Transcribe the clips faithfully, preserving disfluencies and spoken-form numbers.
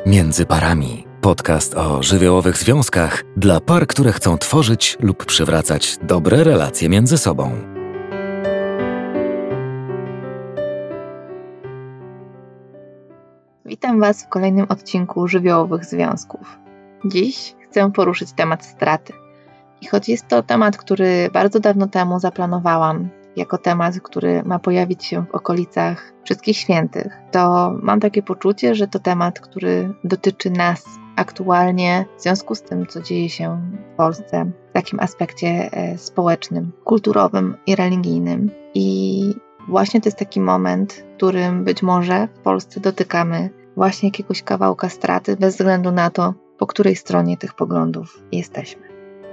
Między parami. Podcast o żywiołowych związkach dla par, które chcą tworzyć lub przywracać dobre relacje między sobą. Witam Was w kolejnym odcinku żywiołowych związków. Dziś chcę poruszyć temat straty. I choć jest to temat, który bardzo dawno temu zaplanowałam, jako temat, który ma pojawić się w okolicach Wszystkich Świętych, to mam takie poczucie, że to temat, który dotyczy nas aktualnie w związku z tym, co dzieje się w Polsce w takim aspekcie społecznym, kulturowym i religijnym. I właśnie to jest taki moment, w którym być może w Polsce dotykamy właśnie jakiegoś kawałka straty, bez względu na to, po której stronie tych poglądów jesteśmy.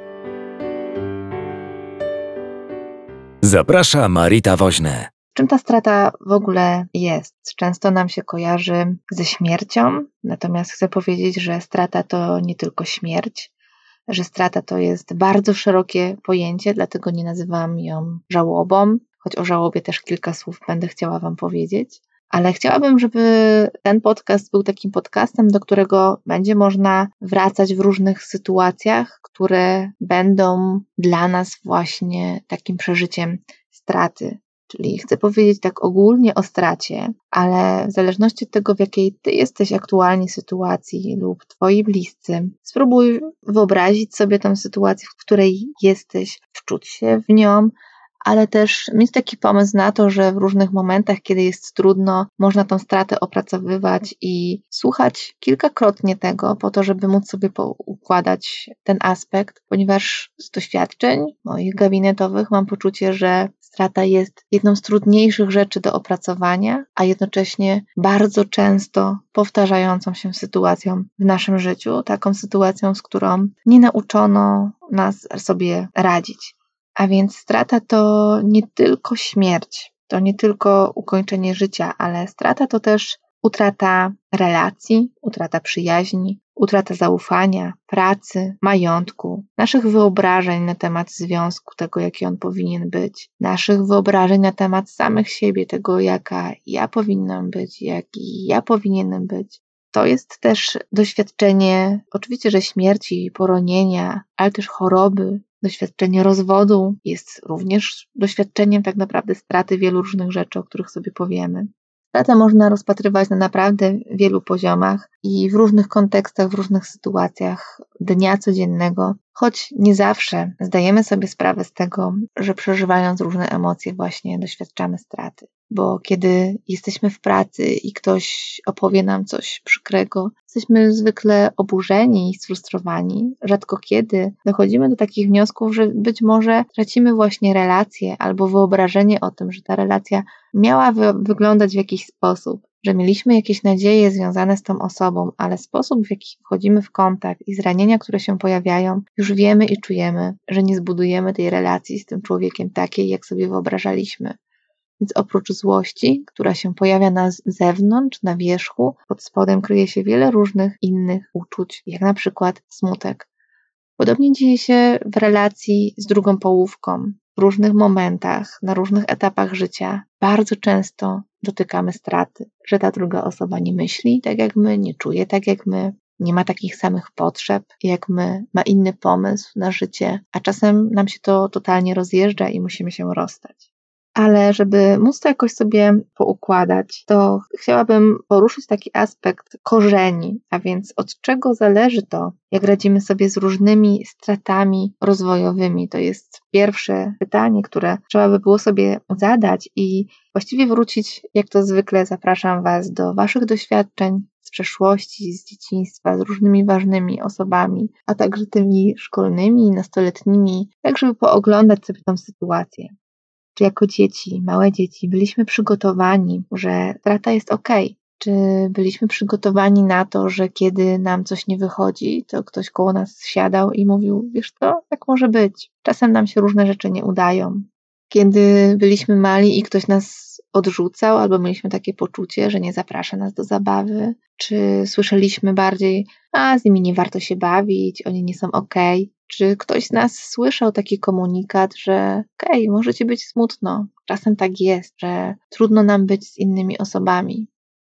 Zaprasza Marita Woźne. Czym ta strata w ogóle jest? Często nam się kojarzy ze śmiercią, natomiast chcę powiedzieć, że strata to nie tylko śmierć, że strata to jest bardzo szerokie pojęcie, dlatego nie nazywam ją żałobą, choć o żałobie też kilka słów będę chciała Wam powiedzieć. Ale chciałabym, żeby ten podcast był takim podcastem, do którego będzie można wracać w różnych sytuacjach, które będą dla nas właśnie takim przeżyciem straty. Czyli chcę powiedzieć tak ogólnie o stracie, ale w zależności od tego, w jakiej Ty jesteś aktualnie sytuacji lub Twoi bliscy, spróbuj wyobrazić sobie tę sytuację, w której jesteś, wczuć się w nią, ale też mieć taki pomysł na to, że w różnych momentach, kiedy jest trudno, można tą stratę opracowywać i słuchać kilkakrotnie tego, po to, żeby móc sobie poukładać ten aspekt, ponieważ z doświadczeń moich gabinetowych mam poczucie, że strata jest jedną z trudniejszych rzeczy do opracowania, a jednocześnie bardzo często powtarzającą się sytuacją w naszym życiu, taką sytuacją, z którą nie nauczono nas sobie radzić. A więc strata to nie tylko śmierć, to nie tylko ukończenie życia, ale strata to też utrata relacji, utrata przyjaźni, utrata zaufania, pracy, majątku, naszych wyobrażeń na temat związku, tego jaki on powinien być, naszych wyobrażeń na temat samych siebie, tego jaka ja powinnam być, jaki ja powinienem być. To jest też doświadczenie, oczywiście, że śmierci, poronienia, ale też choroby. Doświadczenie rozwodu jest również doświadczeniem tak naprawdę straty wielu różnych rzeczy, o których sobie powiemy. Stratę można rozpatrywać na naprawdę wielu poziomach i w różnych kontekstach, w różnych sytuacjach dnia codziennego, choć nie zawsze zdajemy sobie sprawę z tego, że przeżywając różne emocje właśnie doświadczamy straty. Bo kiedy jesteśmy w pracy i ktoś opowie nam coś przykrego, jesteśmy zwykle oburzeni i sfrustrowani. Rzadko kiedy dochodzimy do takich wniosków, że być może tracimy właśnie relację albo wyobrażenie o tym, że ta relacja miała wy- wyglądać w jakiś sposób, że mieliśmy jakieś nadzieje związane z tą osobą, ale sposób, w jaki wchodzimy w kontakt i zranienia, które się pojawiają, już wiemy i czujemy, że nie zbudujemy tej relacji z tym człowiekiem takiej, jak sobie wyobrażaliśmy. Więc oprócz złości, która się pojawia na zewnątrz, na wierzchu, pod spodem kryje się wiele różnych innych uczuć, jak na przykład smutek. Podobnie dzieje się w relacji z drugą połówką. W różnych momentach, na różnych etapach życia bardzo często dotykamy straty, że ta druga osoba nie myśli tak jak my, nie czuje tak jak my, nie ma takich samych potrzeb jak my, ma inny pomysł na życie, a czasem nam się to totalnie rozjeżdża i musimy się rozstać. Ale żeby móc to jakoś sobie poukładać, to chciałabym poruszyć taki aspekt korzeni, a więc od czego zależy to, jak radzimy sobie z różnymi stratami rozwojowymi. To jest pierwsze pytanie, które trzeba by było sobie zadać i właściwie wrócić, jak to zwykle zapraszam Was do Waszych doświadczeń z przeszłości, z dzieciństwa, z różnymi ważnymi osobami, a także tymi szkolnymi, nastoletnimi, tak żeby pooglądać sobie tę sytuację. Czy jako dzieci, małe dzieci byliśmy przygotowani, że strata jest okej? Czy byliśmy przygotowani na to, że kiedy nam coś nie wychodzi, to ktoś koło nas siadał i mówił, wiesz co, tak może być. Czasem nam się różne rzeczy nie udają. Kiedy byliśmy mali i ktoś nas odrzucał, albo mieliśmy takie poczucie, że nie zaprasza nas do zabawy, czy słyszeliśmy bardziej, a z nimi nie warto się bawić, oni nie są okej. Czy ktoś z nas słyszał taki komunikat, że okej, okay, może ci być smutno, czasem tak jest, że trudno nam być z innymi osobami.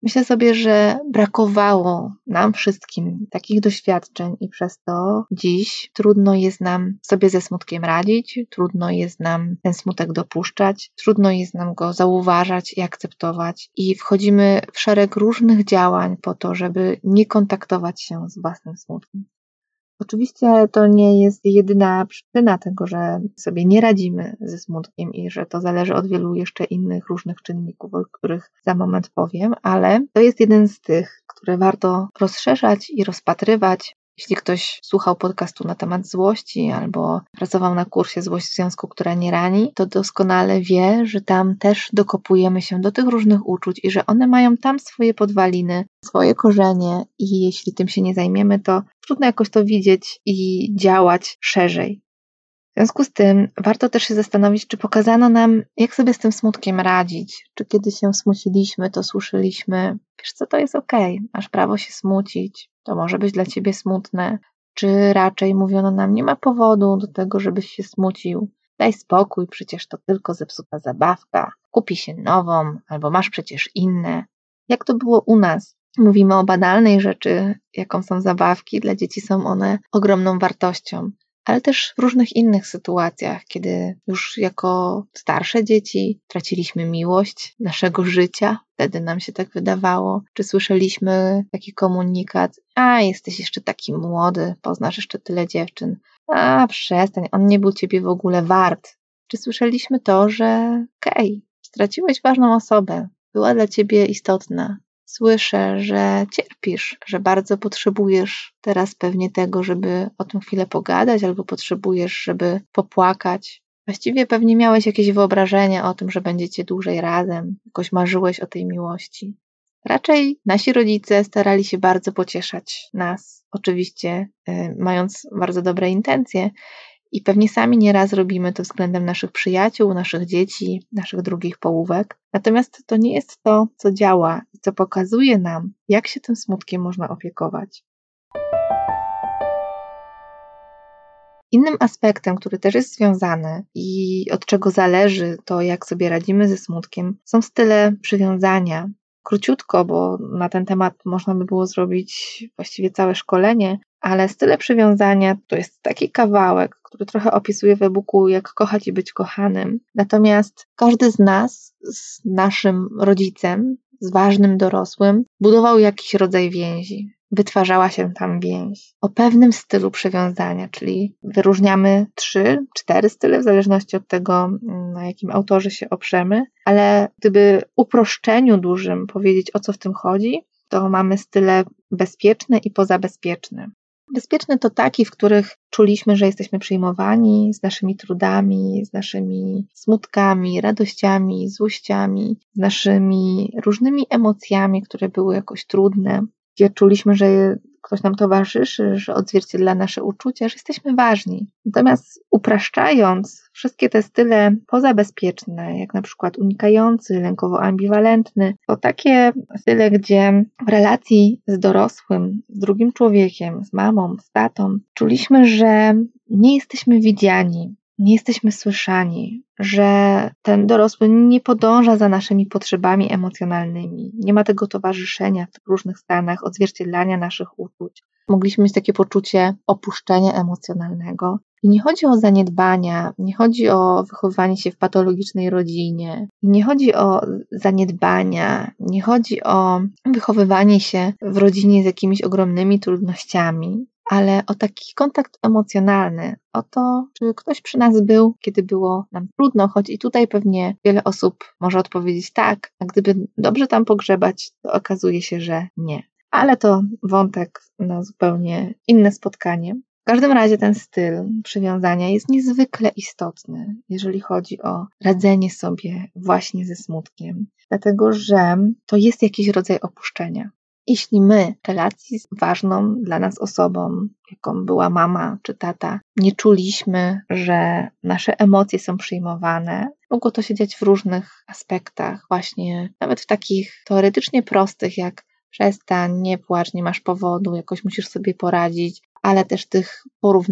Myślę sobie, że brakowało nam wszystkim takich doświadczeń i przez to dziś trudno jest nam sobie ze smutkiem radzić, trudno jest nam ten smutek dopuszczać, trudno jest nam go zauważać i akceptować i wchodzimy w szereg różnych działań po to, żeby nie kontaktować się z własnym smutkiem. Oczywiście to nie jest jedyna przyczyna tego, że sobie nie radzimy ze smutkiem i że to zależy od wielu jeszcze innych różnych czynników, o których za moment powiem, ale to jest jeden z tych, które warto rozszerzać i rozpatrywać. Jeśli ktoś słuchał podcastu na temat złości albo pracował na kursie Złość w związku, która nie rani, to doskonale wie, że tam też dokopujemy się do tych różnych uczuć i że one mają tam swoje podwaliny, swoje korzenie i jeśli tym się nie zajmiemy, to trudno jakoś to widzieć i działać szerzej. W związku z tym warto też się zastanowić, czy pokazano nam, jak sobie z tym smutkiem radzić. Czy kiedy się smuciliśmy, to słyszeliśmy, wiesz co, to jest okej, masz prawo się smucić, to może być dla ciebie smutne. Czy raczej mówiono nam, nie ma powodu do tego, żebyś się smucił, daj spokój, przecież to tylko zepsuta zabawka, kupi się nową, albo masz przecież inne. Jak to było u nas? Mówimy o banalnej rzeczy, jaką są zabawki, dla dzieci są one ogromną wartością. Ale też w różnych innych sytuacjach, kiedy już jako starsze dzieci traciliśmy miłość naszego życia, wtedy nam się tak wydawało, czy słyszeliśmy taki komunikat, a jesteś jeszcze taki młody, poznasz jeszcze tyle dziewczyn, a przestań, on nie był ciebie w ogóle wart. Czy słyszeliśmy to, że okej, okay, straciłeś ważną osobę, była dla ciebie istotna. Słyszę, że cierpisz, że bardzo potrzebujesz teraz pewnie tego, żeby o tym chwilę pogadać, albo potrzebujesz, żeby popłakać. Właściwie pewnie miałeś jakieś wyobrażenie o tym, że będziecie dłużej razem, jakoś marzyłeś o tej miłości. Raczej nasi rodzice starali się bardzo pocieszać nas, oczywiście yy, mając bardzo dobre intencje, i pewnie sami nieraz robimy to względem naszych przyjaciół, naszych dzieci, naszych drugich połówek. Natomiast to nie jest to, co działa i co pokazuje nam, jak się tym smutkiem można opiekować. Innym aspektem, który też jest związany i od czego zależy to, jak sobie radzimy ze smutkiem, są style przywiązania. Króciutko, bo na ten temat można by było zrobić właściwie całe szkolenie, ale style przywiązania to jest taki kawałek, który trochę opisuje w e-booku, jak kochać i być kochanym. Natomiast każdy z nas z naszym rodzicem, z ważnym dorosłym, budował jakiś rodzaj więzi. Wytwarzała się tam więź o pewnym stylu przywiązania, czyli wyróżniamy trzy, cztery style, w zależności od tego, na jakim autorze się oprzemy, ale gdyby uproszczeniu dużym powiedzieć, o co w tym chodzi, to mamy style bezpieczne i pozabezpieczne. Bezpieczny to taki, w których czuliśmy, że jesteśmy przyjmowani z naszymi trudami, z naszymi smutkami, radościami, złościami, z naszymi różnymi emocjami, które były jakoś trudne, gdzie czuliśmy, że ktoś nam towarzyszy, że odzwierciedla nasze uczucia, że jesteśmy ważni. Natomiast upraszczając wszystkie te style pozabezpieczne, jak na przykład unikający, lękowo-ambiwalentny, to takie style, gdzie w relacji z dorosłym, z drugim człowiekiem, z mamą, z tatą, czuliśmy, że nie jesteśmy widziani, nie jesteśmy słyszani, że ten dorosły nie podąża za naszymi potrzebami emocjonalnymi, nie ma tego towarzyszenia w tych różnych stanach, odzwierciedlania naszych uczuć. Mogliśmy mieć takie poczucie opuszczenia emocjonalnego. I nie chodzi o zaniedbania, nie chodzi o wychowywanie się w patologicznej rodzinie, nie chodzi o zaniedbania, nie chodzi o wychowywanie się w rodzinie z jakimiś ogromnymi trudnościami, ale o taki kontakt emocjonalny, o to, czy ktoś przy nas był, kiedy było nam trudno, choć i tutaj pewnie wiele osób może odpowiedzieć tak, a gdyby dobrze tam pogrzebać, to okazuje się, że nie. Ale to wątek na zupełnie inne spotkanie. W każdym razie ten styl przywiązania jest niezwykle istotny, jeżeli chodzi o radzenie sobie właśnie ze smutkiem, dlatego że to jest jakiś rodzaj opuszczenia. Jeśli my w relacji z ważną dla nas osobą, jaką była mama czy tata, nie czuliśmy, że nasze emocje są przyjmowane, mogło to się dziać w różnych aspektach, właśnie nawet w takich teoretycznie prostych, jak przestań, nie płacz, nie masz powodu, jakoś musisz sobie poradzić, ale też tych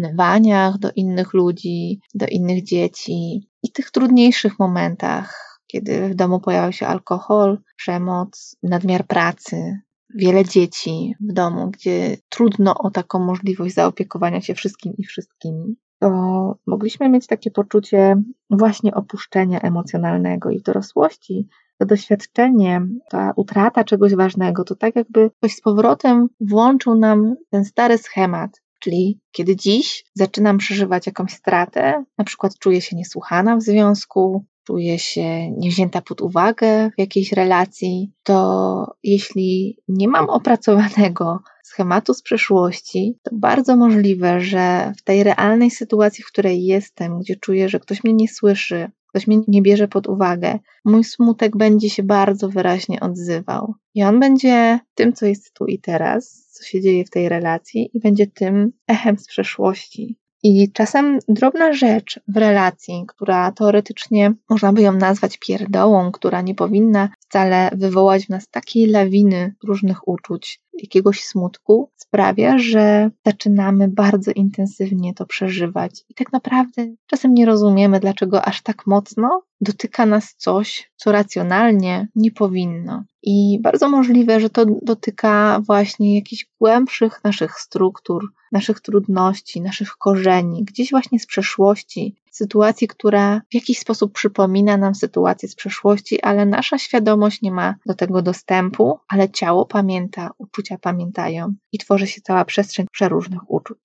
porównywaniach do innych ludzi, do innych dzieci i tych trudniejszych momentach, kiedy w domu pojawiał się alkohol, przemoc, nadmiar pracy, wiele dzieci w domu, gdzie trudno o taką możliwość zaopiekowania się wszystkim i wszystkimi, to mogliśmy mieć takie poczucie właśnie opuszczenia emocjonalnego i w dorosłości to doświadczenie, ta utrata czegoś ważnego, to tak jakby ktoś z powrotem włączył nam ten stary schemat, czyli kiedy dziś zaczynam przeżywać jakąś stratę, na przykład czuję się niesłuchana w związku, czuję się niewzięta pod uwagę w jakiejś relacji, to jeśli nie mam opracowanego schematu z przeszłości, to bardzo możliwe, że w tej realnej sytuacji, w której jestem, gdzie czuję, że ktoś mnie nie słyszy, ktoś mnie nie bierze pod uwagę, mój smutek będzie się bardzo wyraźnie odzywał. I on będzie tym, co jest tu i teraz, co się dzieje w tej relacji i będzie tym echem z przeszłości. I czasem drobna rzecz w relacji, która teoretycznie można by ją nazwać pierdołą, która nie powinna wcale wywołać w nas takiej lawiny różnych uczuć, jakiegoś smutku, sprawia, że zaczynamy bardzo intensywnie to przeżywać. I tak naprawdę czasem nie rozumiemy, dlaczego aż tak mocno dotyka nas coś, co racjonalnie nie powinno. I bardzo możliwe, że to dotyka właśnie jakichś głębszych naszych struktur, naszych trudności, naszych korzeni, gdzieś właśnie z przeszłości, sytuacji, która w jakiś sposób przypomina nam sytuację z przeszłości, ale nasza świadomość nie ma do tego dostępu, ale ciało pamięta, uczucia pamiętają i tworzy się cała przestrzeń przeróżnych uczuć.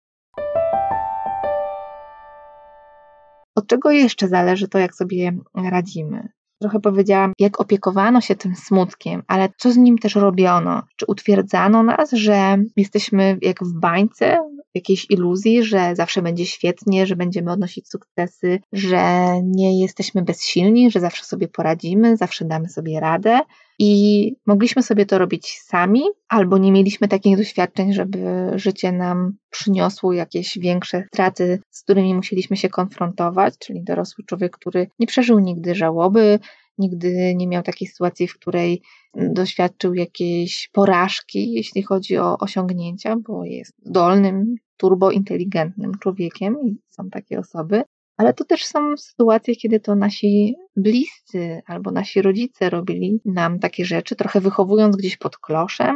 Od czego jeszcze zależy to, jak sobie radzimy? Trochę powiedziałam, jak opiekowano się tym smutkiem, ale co z nim też robiono? Czy utwierdzano nas, że jesteśmy jak w bańce, w jakiejś iluzji, że zawsze będzie świetnie, że będziemy odnosić sukcesy, że nie jesteśmy bezsilni, że zawsze sobie poradzimy, zawsze damy sobie radę i mogliśmy sobie to robić sami, albo nie mieliśmy takich doświadczeń, żeby życie nam przyniosło jakieś większe straty, z którymi musieliśmy się konfrontować, czyli dorosły człowiek, który nie przeżył nigdy żałoby, nigdy nie miał takiej sytuacji, w której doświadczył jakiejś porażki, jeśli chodzi o osiągnięcia, bo jest zdolnym, turbointeligentnym człowiekiem i są takie osoby. Ale to też są sytuacje, kiedy to nasi bliscy albo nasi rodzice robili nam takie rzeczy, trochę wychowując gdzieś pod kloszem,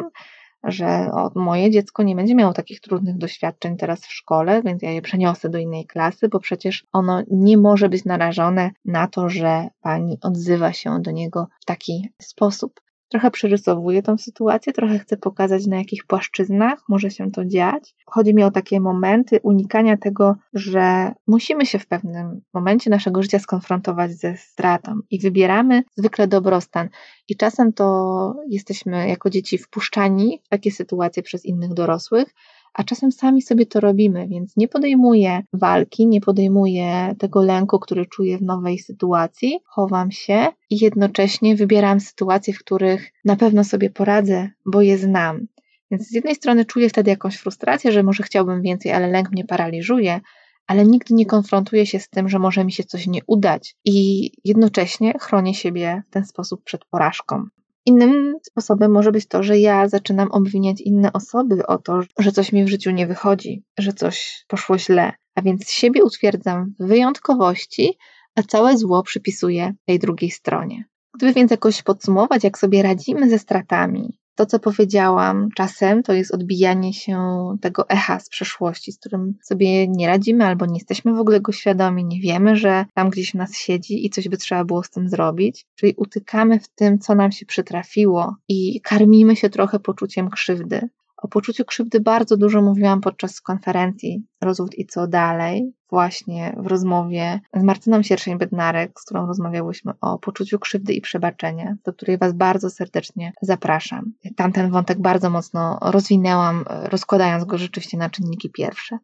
że o, moje dziecko nie będzie miało takich trudnych doświadczeń teraz w szkole, więc ja je przeniosę do innej klasy, bo przecież ono nie może być narażone na to, że pani odzywa się do niego w taki sposób. Trochę przerysowuję tą sytuację, trochę chcę pokazać, na jakich płaszczyznach może się to dziać. Chodzi mi o takie momenty unikania tego, że musimy się w pewnym momencie naszego życia skonfrontować ze stratą i wybieramy zwykle dobrostan. I czasem to jesteśmy jako dzieci wpuszczani w takie sytuacje przez innych dorosłych, a czasem sami sobie to robimy, więc nie podejmuję walki, nie podejmuję tego lęku, który czuję w nowej sytuacji, chowam się i jednocześnie wybieram sytuacje, w których na pewno sobie poradzę, bo je znam. Więc z jednej strony czuję wtedy jakąś frustrację, że może chciałbym więcej, ale lęk mnie paraliżuje, ale nigdy nie konfrontuję się z tym, że może mi się coś nie udać i jednocześnie chronię siebie w ten sposób przed porażką. Innym sposobem może być to, że ja zaczynam obwiniać inne osoby o to, że coś mi w życiu nie wychodzi, że coś poszło źle, a więc siebie utwierdzam w wyjątkowości, a całe zło przypisuję tej drugiej stronie. Gdyby więc jakoś podsumować, jak sobie radzimy ze stratami, to, co powiedziałam, czasem to jest odbijanie się tego echa z przeszłości, z którym sobie nie radzimy albo nie jesteśmy w ogóle go świadomi, nie wiemy, że tam gdzieś w nas siedzi i coś by trzeba było z tym zrobić. Czyli utykamy w tym, co nam się przytrafiło i karmimy się trochę poczuciem krzywdy. O poczuciu krzywdy bardzo dużo mówiłam podczas konferencji Rozwód i co dalej, właśnie w rozmowie z Martyną Sierszeń-Bednarek, z którą rozmawiałyśmy o poczuciu krzywdy i przebaczenia, do której Was bardzo serdecznie zapraszam. Tamten wątek bardzo mocno rozwinęłam, rozkładając go rzeczywiście na czynniki pierwsze.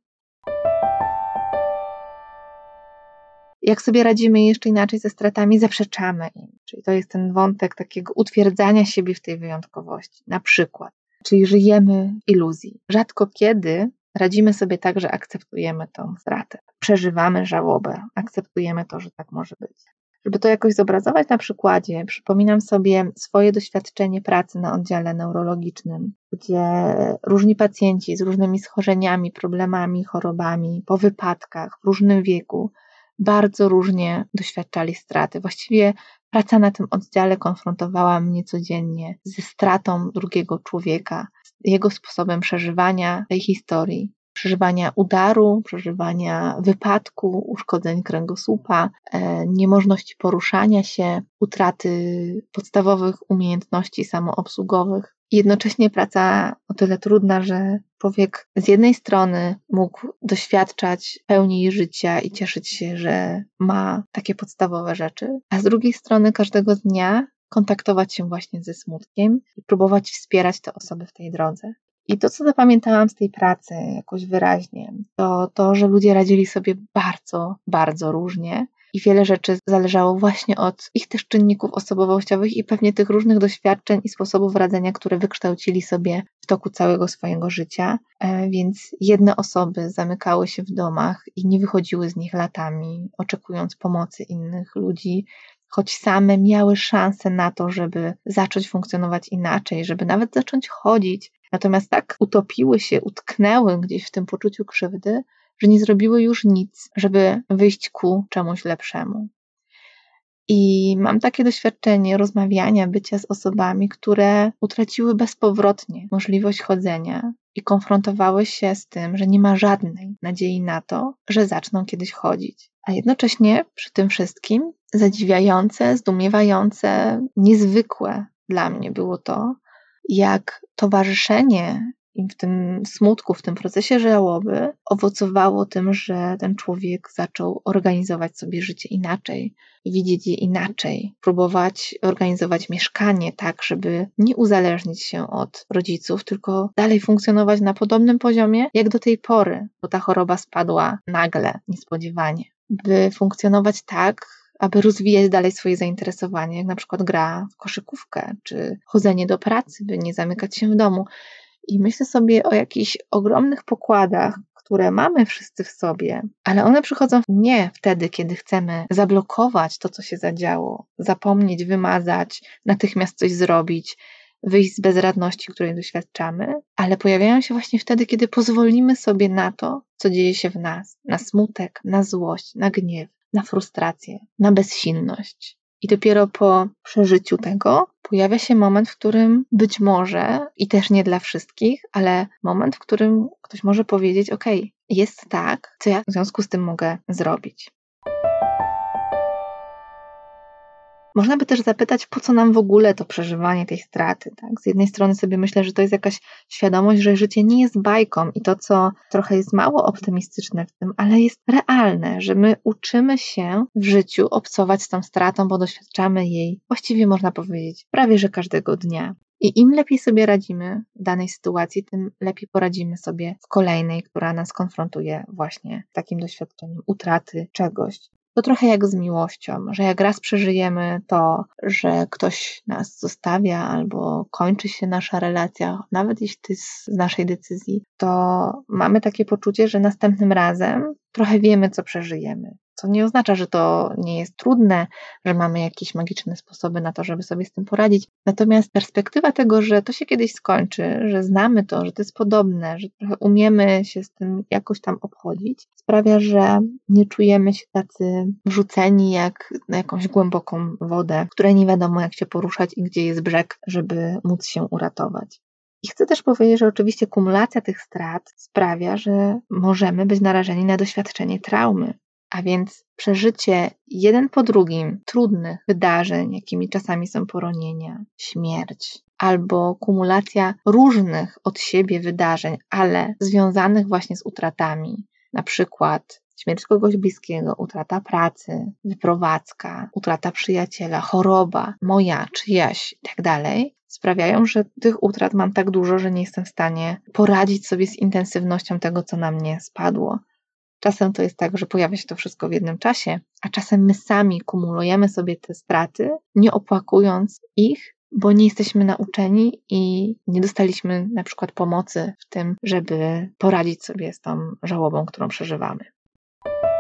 Jak sobie radzimy jeszcze inaczej ze stratami? Zaprzeczamy im. Czyli to jest ten wątek takiego utwierdzania siebie w tej wyjątkowości. Na przykład, czyli żyjemy w iluzji. Rzadko kiedy radzimy sobie tak, że akceptujemy tą stratę. Przeżywamy żałobę, akceptujemy to, że tak może być. Żeby to jakoś zobrazować na przykładzie, przypominam sobie swoje doświadczenie pracy na oddziale neurologicznym, gdzie różni pacjenci z różnymi schorzeniami, problemami, chorobami, po wypadkach, w różnym wieku, bardzo różnie doświadczali straty. Właściwie Praca na tym oddziale konfrontowała mnie codziennie ze stratą drugiego człowieka, jego sposobem przeżywania tej historii. Przeżywania udaru, przeżywania wypadku, uszkodzeń kręgosłupa, e, niemożności poruszania się, utraty podstawowych umiejętności samoobsługowych. Jednocześnie praca o tyle trudna, że człowiek z jednej strony mógł doświadczać pełni życia i cieszyć się, że ma takie podstawowe rzeczy, a z drugiej strony każdego dnia kontaktować się właśnie ze smutkiem i próbować wspierać te osoby w tej drodze. I to, co zapamiętałam z tej pracy jakoś wyraźnie, to to, że ludzie radzili sobie bardzo, bardzo różnie i wiele rzeczy zależało właśnie od ich też czynników osobowościowych i pewnie tych różnych doświadczeń i sposobów radzenia, które wykształcili sobie w toku całego swojego życia. Więc jedne osoby zamykały się w domach i nie wychodziły z nich latami, oczekując pomocy innych ludzi, choć same miały szansę na to, żeby zacząć funkcjonować inaczej, żeby nawet zacząć chodzić. Natomiast tak utopiły się, utknęły gdzieś w tym poczuciu krzywdy, że nie zrobiły już nic, żeby wyjść ku czemuś lepszemu. I mam takie doświadczenie rozmawiania, bycia z osobami, które utraciły bezpowrotnie możliwość chodzenia i konfrontowały się z tym, że nie ma żadnej nadziei na to, że zaczną kiedyś chodzić. A jednocześnie przy tym wszystkim zadziwiające, zdumiewające, niezwykłe dla mnie było to, jak towarzyszenie im w tym smutku, w tym procesie żałoby owocowało tym, że ten człowiek zaczął organizować sobie życie inaczej, widzieć je inaczej, próbować organizować mieszkanie tak, żeby nie uzależnić się od rodziców, tylko dalej funkcjonować na podobnym poziomie jak do tej pory, bo ta choroba spadła nagle, niespodziewanie. By funkcjonować tak, aby rozwijać dalej swoje zainteresowanie, jak na przykład gra w koszykówkę, czy chodzenie do pracy, by nie zamykać się w domu. I myślę sobie o jakichś ogromnych pokładach, które mamy wszyscy w sobie, ale one przychodzą nie wtedy, kiedy chcemy zablokować to, co się zadziało, zapomnieć, wymazać, natychmiast coś zrobić, wyjść z bezradności, której doświadczamy, ale pojawiają się właśnie wtedy, kiedy pozwolimy sobie na to, co dzieje się w nas, na smutek, na złość, na gniew, na frustrację, na bezsilność. I dopiero po przeżyciu tego pojawia się moment, w którym być może, i też nie dla wszystkich, ale moment, w którym ktoś może powiedzieć: ok, jest tak, co ja w związku z tym mogę zrobić. Można by też zapytać, po co nam w ogóle to przeżywanie tej straty. Tak? Z jednej strony sobie myślę, że to jest jakaś świadomość, że życie nie jest bajką i to, co trochę jest mało optymistyczne w tym, ale jest realne, że my uczymy się w życiu obcować z tą stratą, bo doświadczamy jej, właściwie można powiedzieć, prawie że każdego dnia. I im lepiej sobie radzimy w danej sytuacji, tym lepiej poradzimy sobie w kolejnej, która nas konfrontuje właśnie z takim doświadczeniem utraty czegoś. To trochę jak z miłością, że jak raz przeżyjemy to, że ktoś nas zostawia albo kończy się nasza relacja, nawet jeśli to jest z naszej decyzji, to mamy takie poczucie, że następnym razem trochę wiemy, co przeżyjemy. Co nie oznacza, że to nie jest trudne, że mamy jakieś magiczne sposoby na to, żeby sobie z tym poradzić. Natomiast perspektywa tego, że to się kiedyś skończy, że znamy to, że to jest podobne, że trochę umiemy się z tym jakoś tam obchodzić, sprawia, że nie czujemy się tacy wrzuceni jak na jakąś głęboką wodę, w której nie wiadomo, jak się poruszać i gdzie jest brzeg, żeby móc się uratować. I chcę też powiedzieć, że oczywiście kumulacja tych strat sprawia, że możemy być narażeni na doświadczenie traumy. A więc przeżycie jeden po drugim trudnych wydarzeń, jakimi czasami są poronienia, śmierć, albo kumulacja różnych od siebie wydarzeń, ale związanych właśnie z utratami, na przykład śmierć kogoś bliskiego, utrata pracy, wyprowadzka, utrata przyjaciela, choroba, moja, czyjaś i tak dalej, sprawiają, że tych utrat mam tak dużo, że nie jestem w stanie poradzić sobie z intensywnością tego, co na mnie spadło. Czasem to jest tak, że pojawia się to wszystko w jednym czasie, a czasem my sami kumulujemy sobie te straty, nie opłakując ich, bo nie jesteśmy nauczeni i nie dostaliśmy na przykład pomocy w tym, żeby poradzić sobie z tą żałobą, którą przeżywamy.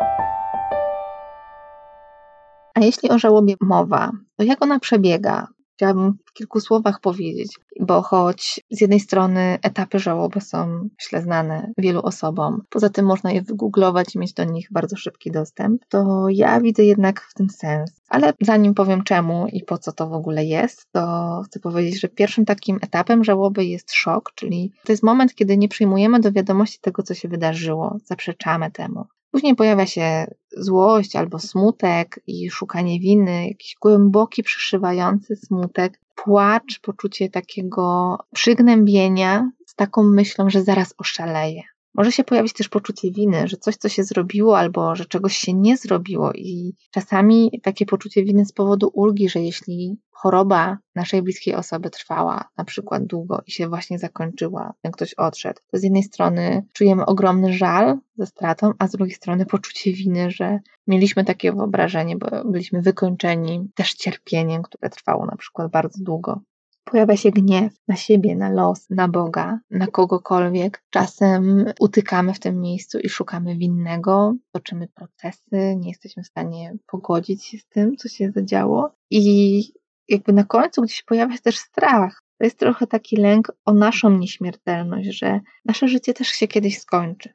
A jeśli o żałobie mowa, to jak ona przebiega? chciałabym w kilku słowach powiedzieć, bo choć z jednej strony etapy żałoby są, myślę, znane wielu osobom, poza tym można je wygooglować i mieć do nich bardzo szybki dostęp, to ja widzę jednak w tym sens. Ale zanim powiem czemu i po co to w ogóle jest, to chcę powiedzieć, że pierwszym takim etapem żałoby jest szok, czyli to jest moment, kiedy nie przyjmujemy do wiadomości tego, co się wydarzyło, zaprzeczamy temu. Później pojawia się złość albo smutek i szukanie winy, jakiś głęboki, przeszywający smutek, płacz, poczucie takiego przygnębienia z taką myślą, że zaraz oszaleję. Może się pojawić też poczucie winy, że coś, co się zrobiło, albo że czegoś się nie zrobiło i czasami takie poczucie winy z powodu ulgi, że jeśli choroba naszej bliskiej osoby trwała na przykład długo i się właśnie zakończyła, ten ktoś odszedł, to z jednej strony czujemy ogromny żal ze stratą, a z drugiej strony poczucie winy, że mieliśmy takie wyobrażenie, bo byliśmy wykończeni też cierpieniem, które trwało na przykład bardzo długo. Pojawia się gniew na siebie, na los, na Boga, na kogokolwiek. Czasem utykamy w tym miejscu i szukamy winnego, toczymy procesy, nie jesteśmy w stanie pogodzić się z tym, co się zadziało. I jakby na końcu gdzieś pojawia się też strach. To jest trochę taki lęk o naszą nieśmiertelność, że nasze życie też się kiedyś skończy.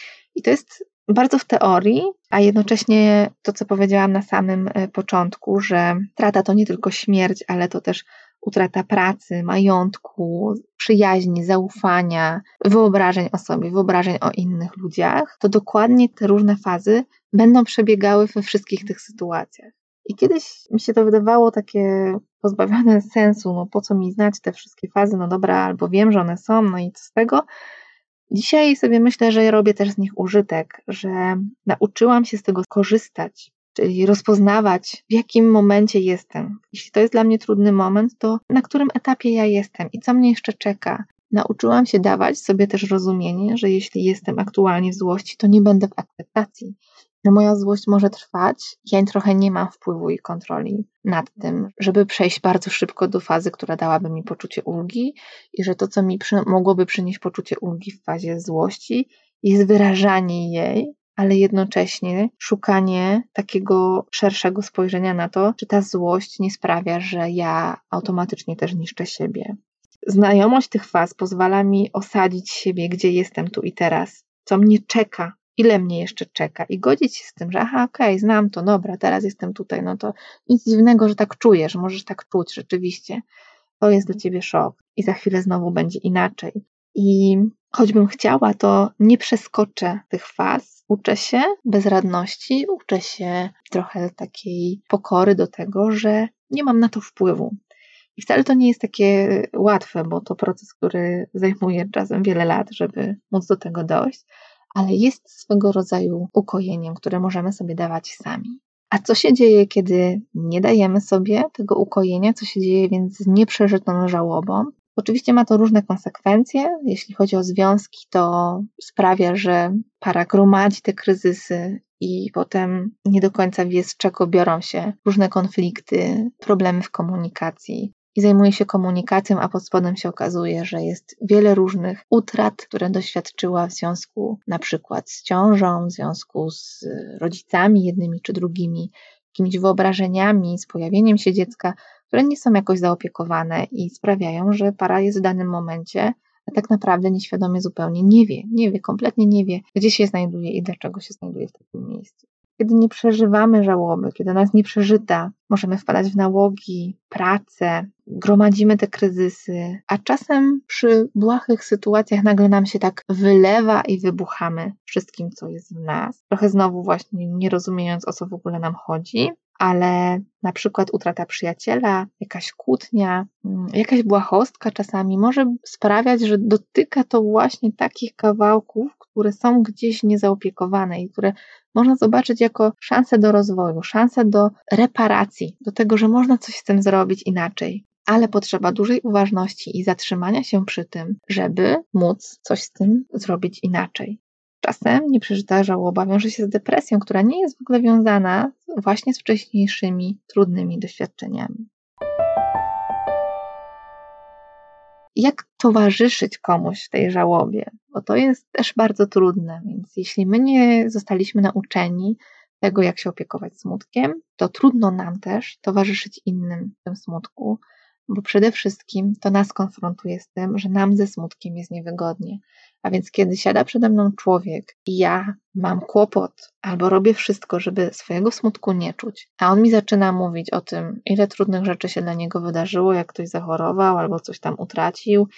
I to jest bardzo w teorii, a jednocześnie to, co powiedziałam na samym początku, że strata to nie tylko śmierć, ale to też utrata pracy, majątku, przyjaźni, zaufania, wyobrażeń o sobie, wyobrażeń o innych ludziach, to dokładnie te różne fazy będą przebiegały we wszystkich tych sytuacjach. I kiedyś mi się to wydawało takie pozbawione sensu, no po co mi znać te wszystkie fazy, no dobra, albo wiem, że one są, no i co z tego. Dzisiaj sobie myślę, że robię też z nich użytek, że nauczyłam się z tego korzystać, czyli rozpoznawać, w jakim momencie jestem. Jeśli to jest dla mnie trudny moment, to na którym etapie ja jestem i co mnie jeszcze czeka. Nauczyłam się dawać sobie też rozumienie, że jeśli jestem aktualnie w złości, to nie będę w akceptacji. Że moja złość może trwać, ja trochę nie mam wpływu i kontroli nad tym, żeby przejść bardzo szybko do fazy, która dałaby mi poczucie ulgi i że to, co mi przy, mogłoby przynieść poczucie ulgi w fazie złości, jest wyrażanie jej, ale jednocześnie szukanie takiego szerszego spojrzenia na to, czy ta złość nie sprawia, że ja automatycznie też niszczę siebie. Znajomość tych faz pozwala mi osadzić siebie, gdzie jestem tu i teraz, co mnie czeka, ile mnie jeszcze czeka i godzić się z tym, że aha, okej, okay, znam to, dobra, teraz jestem tutaj, no to nic dziwnego, że tak czujesz, możesz tak czuć rzeczywiście. To jest dla ciebie szok i za chwilę znowu będzie inaczej. I choćbym chciała, to nie przeskoczę tych faz. Uczę się bezradności, uczę się trochę takiej pokory do tego, że nie mam na to wpływu. I wcale to nie jest takie łatwe, bo to proces, który zajmuje czasem wiele lat, żeby móc do tego dojść, ale jest swego rodzaju ukojeniem, które możemy sobie dawać sami. A co się dzieje, kiedy nie dajemy sobie tego ukojenia? Co się dzieje więc z nieprzeżytą żałobą? Oczywiście ma to różne konsekwencje. Jeśli chodzi o związki, to sprawia, że para gromadzi te kryzysy i potem nie do końca wie, z czego biorą się różne konflikty, problemy w komunikacji. I zajmuje się komunikacją, a pod spodem się okazuje, że jest wiele różnych utrat, które doświadczyła w związku na przykład z ciążą, w związku z rodzicami jednymi czy drugimi, jakimiś wyobrażeniami, z pojawieniem się dziecka, które nie są jakoś zaopiekowane i sprawiają, że para jest w danym momencie, a tak naprawdę nieświadomie zupełnie nie wie, nie wie, kompletnie nie wie, gdzie się znajduje i dlaczego się znajduje w takim miejscu. Kiedy nie przeżywamy żałoby, kiedy nas nie przeżyta, możemy wpadać w nałogi, pracę, gromadzimy te kryzysy, a czasem przy błahych sytuacjach nagle nam się tak wylewa i wybuchamy wszystkim, co jest w nas. Trochę znowu właśnie nie rozumiejąc, o co w ogóle nam chodzi, ale na przykład utrata przyjaciela, jakaś kłótnia, jakaś błahostka czasami może sprawiać, że dotyka to właśnie takich kawałków, które są gdzieś niezaopiekowane i które można zobaczyć jako szansę do rozwoju, szansę do reparacji, do tego, że można coś z tym zrobić inaczej. Ale potrzeba dużej uważności i zatrzymania się przy tym, żeby móc coś z tym zrobić inaczej. Czasem nieprzeżyta żałoba wiąże się z depresją, która nie jest w ogóle wiązana właśnie z wcześniejszymi trudnymi doświadczeniami. Jak towarzyszyć komuś w tej żałobie? Bo to jest też bardzo trudne, więc jeśli my nie zostaliśmy nauczeni tego, jak się opiekować smutkiem, to trudno nam też towarzyszyć innym w tym smutku, bo przede wszystkim to nas konfrontuje z tym, że nam ze smutkiem jest niewygodnie. A więc kiedy siada przede mną człowiek i ja mam kłopot albo robię wszystko, żeby swojego smutku nie czuć, a on mi zaczyna mówić o tym, ile trudnych rzeczy się dla niego wydarzyło, jak ktoś zachorował albo coś tam utracił,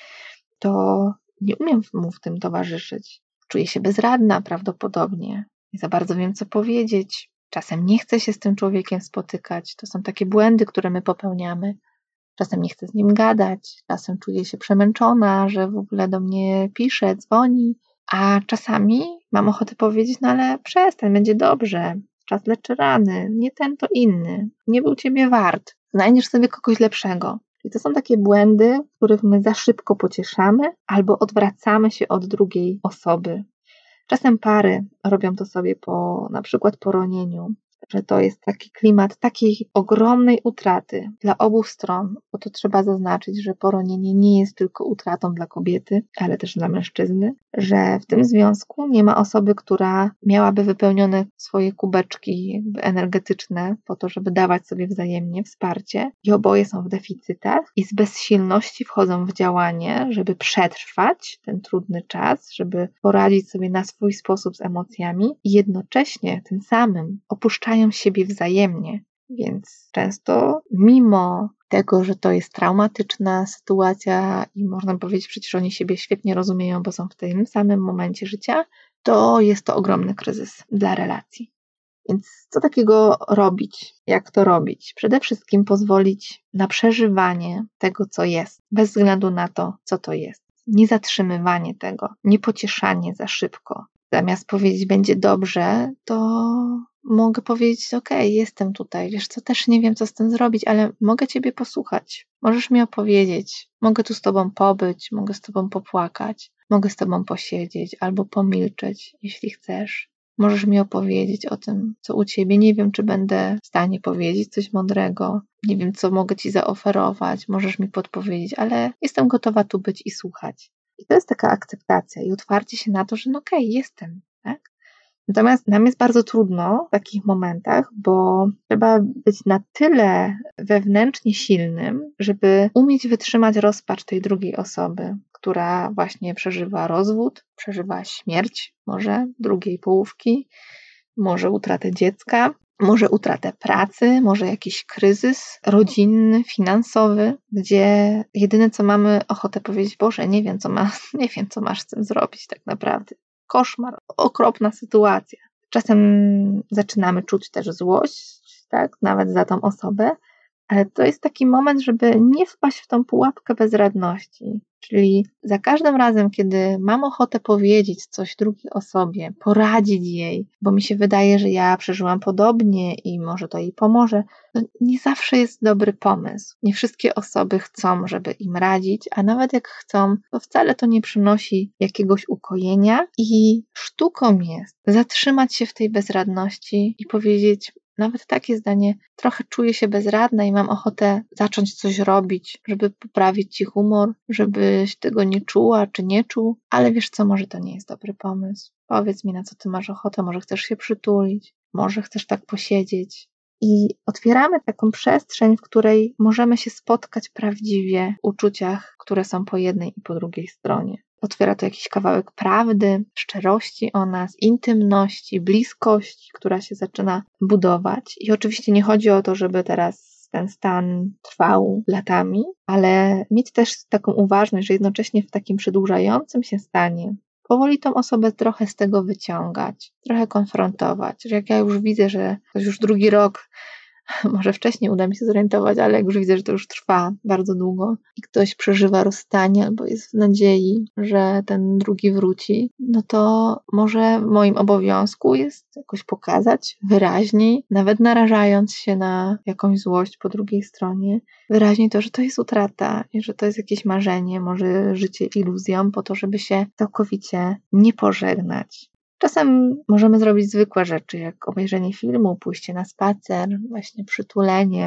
to nie umiem mu w tym towarzyszyć. Czuję się bezradna prawdopodobnie. Nie za bardzo wiem, co powiedzieć. Czasem nie chcę się z tym człowiekiem spotykać. To są takie błędy, które my popełniamy. Czasem nie chcę z nim gadać. Czasem czuję się przemęczona, że w ogóle do mnie pisze, dzwoni. A czasami mam ochotę powiedzieć, no ale przestań, będzie dobrze. Czas leczy rany. Nie ten, to inny. Nie był ciebie wart. Znajdziesz sobie kogoś lepszego. I to są takie błędy, w których my za szybko pocieszamy albo odwracamy się od drugiej osoby. Czasem pary robią to sobie po na przykład poronieniu, że to jest taki klimat takiej ogromnej utraty dla obu stron, bo to trzeba zaznaczyć, że poronienie nie jest tylko utratą dla kobiety, ale też dla mężczyzny, że w tym związku nie ma osoby, która miałaby wypełnione swoje kubeczki jakby energetyczne po to, żeby dawać sobie wzajemnie wsparcie i oboje są w deficytach i z bezsilności wchodzą w działanie, żeby przetrwać ten trudny czas, żeby poradzić sobie na swój sposób z emocjami i jednocześnie tym samym opuszczają siebie wzajemnie, więc często mimo tego, że to jest traumatyczna sytuacja i można powiedzieć, przecież oni siebie świetnie rozumieją, bo są w tym samym momencie życia, to jest to ogromny kryzys dla relacji. Więc co takiego robić? Jak to robić? Przede wszystkim pozwolić na przeżywanie tego, co jest, bez względu na to, co to jest. Nie zatrzymywanie tego, nie pocieszanie za szybko. Zamiast powiedzieć, będzie dobrze, to mogę powiedzieć, okej, jestem tutaj, wiesz co, też nie wiem, co z tym zrobić, ale mogę ciebie posłuchać, możesz mi opowiedzieć, mogę tu z tobą pobyć, mogę z tobą popłakać, mogę z tobą posiedzieć albo pomilczeć, jeśli chcesz. Możesz mi opowiedzieć o tym, co u ciebie. Nie wiem, czy będę w stanie powiedzieć coś mądrego, nie wiem, co mogę ci zaoferować, możesz mi podpowiedzieć, ale jestem gotowa tu być i słuchać. I to jest taka akceptacja i otwarcie się na to, że no okej, jestem, tak? Natomiast nam jest bardzo trudno w takich momentach, bo trzeba być na tyle wewnętrznie silnym, żeby umieć wytrzymać rozpacz tej drugiej osoby, która właśnie przeżywa rozwód, przeżywa śmierć może drugiej połówki, może utratę dziecka, może utratę pracy, może jakiś kryzys rodzinny, finansowy, gdzie jedyne co mamy ochotę powiedzieć, Boże, nie wiem co, ma, nie wiem, co masz z tym zrobić tak naprawdę. Koszmar, okropna sytuacja. Czasem zaczynamy czuć też złość, tak, nawet za tą osobę, ale to jest taki moment, żeby nie wpaść w tą pułapkę bezradności. Czyli za każdym razem, kiedy mam ochotę powiedzieć coś drugiej osobie, poradzić jej, bo mi się wydaje, że ja przeżyłam podobnie i może to jej pomoże, to nie zawsze jest dobry pomysł. Nie wszystkie osoby chcą, żeby im radzić, a nawet jak chcą, to wcale to nie przynosi jakiegoś ukojenia i sztuką jest zatrzymać się w tej bezradności i powiedzieć, nawet takie zdanie, trochę czuję się bezradna i mam ochotę zacząć coś robić, żeby poprawić ci humor, żebyś tego nie czuła czy nie czuł, ale wiesz co, może to nie jest dobry pomysł. Powiedz mi, na co ty masz ochotę, może chcesz się przytulić, może chcesz tak posiedzieć. I otwieramy taką przestrzeń, w której możemy się spotkać prawdziwie w uczuciach, które są po jednej i po drugiej stronie. Otwiera to jakiś kawałek prawdy, szczerości o nas, intymności, bliskości, która się zaczyna budować. I oczywiście nie chodzi o to, żeby teraz ten stan trwał latami, ale mieć też taką uważność, że jednocześnie w takim przedłużającym się stanie powoli tą osobę trochę z tego wyciągać, trochę konfrontować. Że jak ja już widzę, że to już drugi rok, może wcześniej uda mi się zorientować, ale jak już widzę, że to już trwa bardzo długo i ktoś przeżywa rozstanie albo jest w nadziei, że ten drugi wróci, no to może moim obowiązku jest jakoś pokazać wyraźniej, nawet narażając się na jakąś złość po drugiej stronie, wyraźniej to, że to jest utrata i że to jest jakieś marzenie, może życie iluzją po to, żeby się całkowicie nie pożegnać. Czasem możemy zrobić zwykłe rzeczy, jak obejrzenie filmu, pójście na spacer, właśnie przytulenie,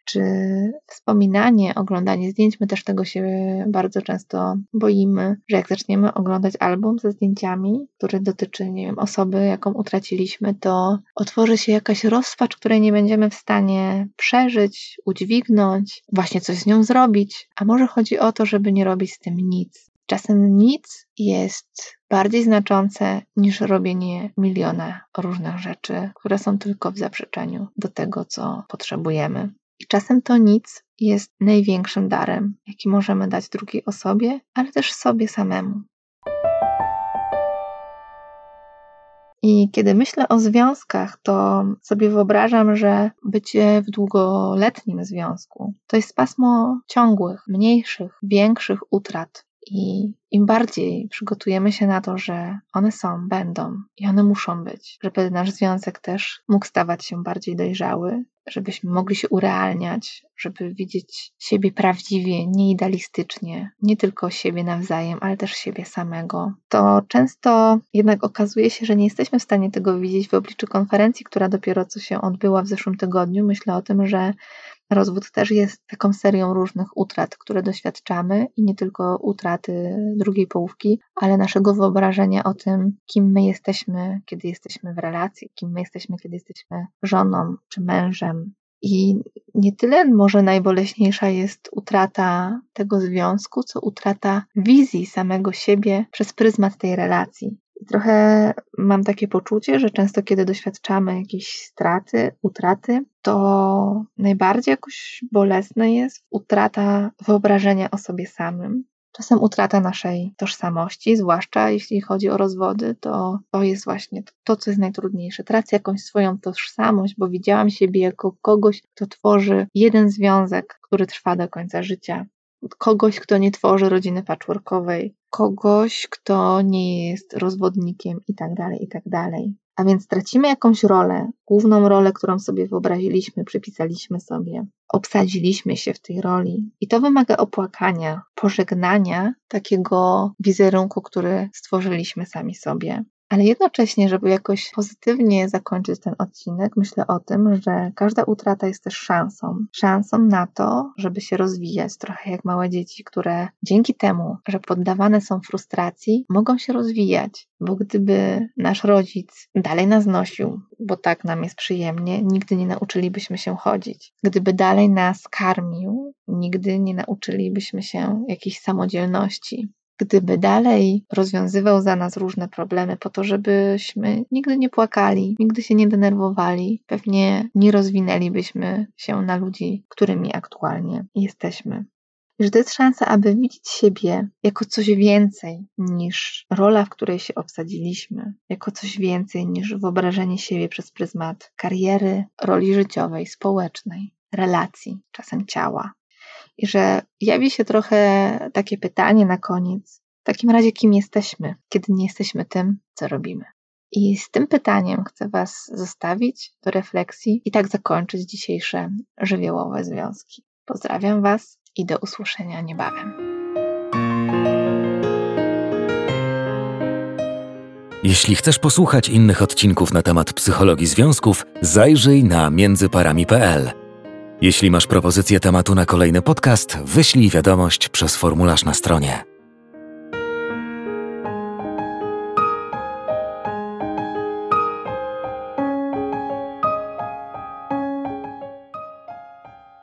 czy wspominanie, oglądanie zdjęć. My też tego się bardzo często boimy, że jak zaczniemy oglądać album ze zdjęciami, który dotyczy, nie wiem, osoby, jaką utraciliśmy, to otworzy się jakaś rozpacz, której nie będziemy w stanie przeżyć, udźwignąć, właśnie coś z nią zrobić. A może chodzi o to, żeby nie robić z tym nic. Czasem nic jest bardziej znaczące niż robienie miliona różnych rzeczy, które są tylko w zaprzeczeniu do tego, co potrzebujemy. I czasem to nic jest największym darem, jaki możemy dać drugiej osobie, ale też sobie samemu. I kiedy myślę o związkach, to sobie wyobrażam, że bycie w długoletnim związku to jest pasmo ciągłych, mniejszych, większych utrat. I im bardziej przygotujemy się na to, że one są, będą i one muszą być, żeby nasz związek też mógł stawać się bardziej dojrzały, żebyśmy mogli się urealniać, żeby widzieć siebie prawdziwie, nie idealistycznie, nie tylko siebie nawzajem, ale też siebie samego, to często jednak okazuje się, że nie jesteśmy w stanie tego widzieć w obliczu konferencji, która dopiero co się odbyła w zeszłym tygodniu. Myślę o tym, że rozwód też jest taką serią różnych utrat, które doświadczamy i nie tylko utraty drugiej połówki, ale naszego wyobrażenia o tym, kim my jesteśmy, kiedy jesteśmy w relacji, kim my jesteśmy, kiedy jesteśmy żoną czy mężem. I nie tyle może najboleśniejsza jest utrata tego związku, co utrata wizji samego siebie przez pryzmat tej relacji. I trochę mam takie poczucie, że często kiedy doświadczamy jakiejś straty, utraty, to najbardziej jakoś bolesne jest utrata wyobrażenia o sobie samym. Czasem utrata naszej tożsamości, zwłaszcza jeśli chodzi o rozwody, to to jest właśnie to, co jest najtrudniejsze. Tracę jakąś swoją tożsamość, bo widziałam siebie jako kogoś, kto tworzy jeden związek, który trwa do końca życia. Kogoś, kto nie tworzy rodziny patchworkowej, kogoś, kto nie jest rozwodnikiem i tak dalej, i tak dalej. A więc tracimy jakąś rolę, główną rolę, którą sobie wyobraziliśmy, przypisaliśmy sobie, obsadziliśmy się w tej roli. I to wymaga opłakania, pożegnania takiego wizerunku, który stworzyliśmy sami sobie. Ale jednocześnie, żeby jakoś pozytywnie zakończyć ten odcinek, myślę o tym, że każda utrata jest też szansą. Szansą na to, żeby się rozwijać, trochę jak małe dzieci, które dzięki temu, że poddawane są frustracji, mogą się rozwijać. Bo gdyby nasz rodzic dalej nas nosił, bo tak nam jest przyjemnie, nigdy nie nauczylibyśmy się chodzić. Gdyby dalej nas karmił, nigdy nie nauczylibyśmy się jakiejś samodzielności. Gdyby dalej rozwiązywał za nas różne problemy po to, żebyśmy nigdy nie płakali, nigdy się nie denerwowali, pewnie nie rozwinęlibyśmy się na ludzi, którymi aktualnie jesteśmy. I że to jest szansa, aby widzieć siebie jako coś więcej niż rola, w której się obsadziliśmy, jako coś więcej niż wyobrażenie siebie przez pryzmat kariery, roli życiowej, społecznej, relacji, czasem ciała. I że jawi się trochę takie pytanie na koniec, w takim razie kim jesteśmy, kiedy nie jesteśmy tym, co robimy. I z tym pytaniem chcę Was zostawić do refleksji i tak zakończyć dzisiejsze żywiołowe związki. Pozdrawiam Was i do usłyszenia niebawem. Jeśli chcesz posłuchać innych odcinków na temat psychologii związków, zajrzyj na między parami kropka p l. Jeśli masz propozycję tematu na kolejny podcast, wyślij wiadomość przez formularz na stronie.